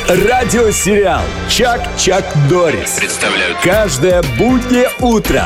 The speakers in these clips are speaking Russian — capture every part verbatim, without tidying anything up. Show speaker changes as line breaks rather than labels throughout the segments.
Радиосериал «Чак-Чак Норрис».
Представляют.
Каждое буднее утро.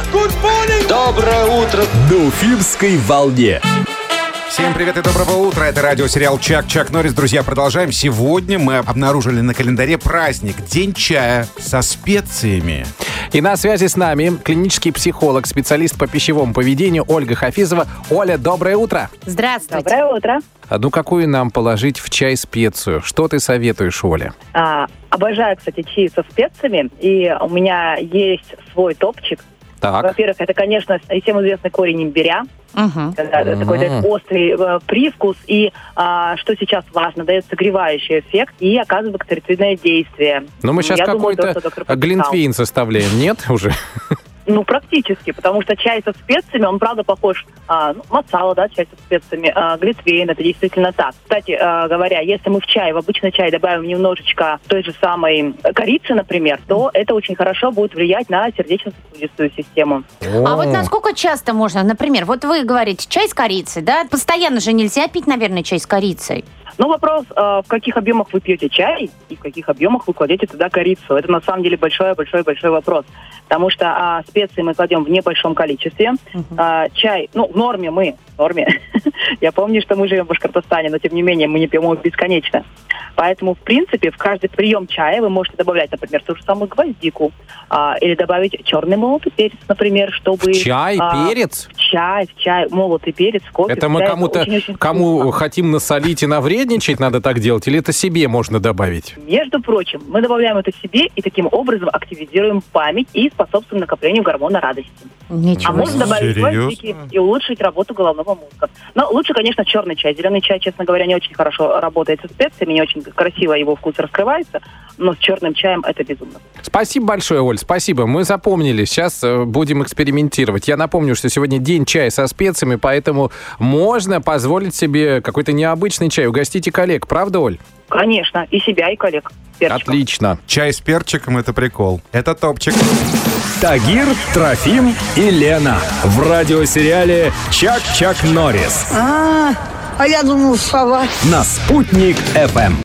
Доброе утро.
На Уфимской волне.
Всем привет и доброго утра. Это радиосериал «Чак-Чак Норрис». Друзья, продолжаем. Сегодня мы обнаружили на календаре праздник. День чая со специями.
И на связи с нами клинический психолог, специалист по пищевому поведению Ольга Хафизова. Оля, доброе утро.
Здравствуйте.
Доброе утро.
А ну какую нам положить в чай специю? Что ты советуешь, Оля?
А, обожаю, кстати, чаи со специями. И у меня есть свой топчик.
Так.
Во-первых, это, конечно, всем известный корень имбиря.
Угу.
Когда
Мгм.
такой дает острый э, привкус. И, а, что сейчас важно, дает согревающий эффект и оказывает бактерицидное действие.
Ну мы сейчас
Я думаю,
какой-то
то, что доктор подписал.
глинтвейн составляем, нет уже?
Ну, практически, потому что чай со специями, он, правда, похож, а, ну, масала, да, чай со специями, а, глинтвейн, это действительно так. Кстати а, говоря, если мы в чай, в обычный чай добавим немножечко той же самой корицы, например, то это очень хорошо будет влиять на сердечно-сосудистую систему.
А вот насколько часто можно, например, вот вы говорите, чай с корицей, да? Постоянно же нельзя пить, наверное, чай с корицей.
Ну, вопрос, э, в каких объемах вы пьете чай и в каких объемах вы кладете туда корицу. Это, на самом деле, большой-большой-большой вопрос. Потому что а, специи мы кладем в небольшом количестве.
Угу.
А, чай, ну, в норме мы, в норме. Я помню, что мы живем в Башкортостане, но, тем не менее, мы не пьем его бесконечно. Поэтому, в принципе, в каждый прием чая вы можете добавлять, например, ту же самую гвоздику. А, или добавить черный молотый перец, например, чтобы...
В чай,
а,
перец?
В чай, в чай, молотый перец, кофе.
Это мы
чай,
кому-то,
очень-очень
кому
вкусно.
хотим насолить и навредничать, надо так делать? Или это себе можно добавить?
Между прочим, мы добавляем это себе и таким образом активизируем память и способствуем накоплению гормона радости.
Ничего
А можно
себе.
добавить
Серьезно?
гвоздики и улучшить работу головного мозга. Но лучше, конечно, черный чай. Зеленый чай, честно говоря, не очень хорошо работает со специями, не очень красиво его вкус раскрывается, но с черным чаем это безумно.
Спасибо большое, Оль, спасибо. Мы запомнили. Сейчас э, будем экспериментировать. Я напомню, что сегодня день чая со специями, поэтому можно позволить себе какой-то необычный чай. Угостите коллег, правда, Оль?
Конечно, и себя, и коллег. Перчиком.
Отлично.
Чай с перчиком — это прикол. Это топчик.
Тагир, Трофим и Лена. В радиосериале «Чак-Чак Норрис».
А, а я думал, сова.
На Спутник эф эм.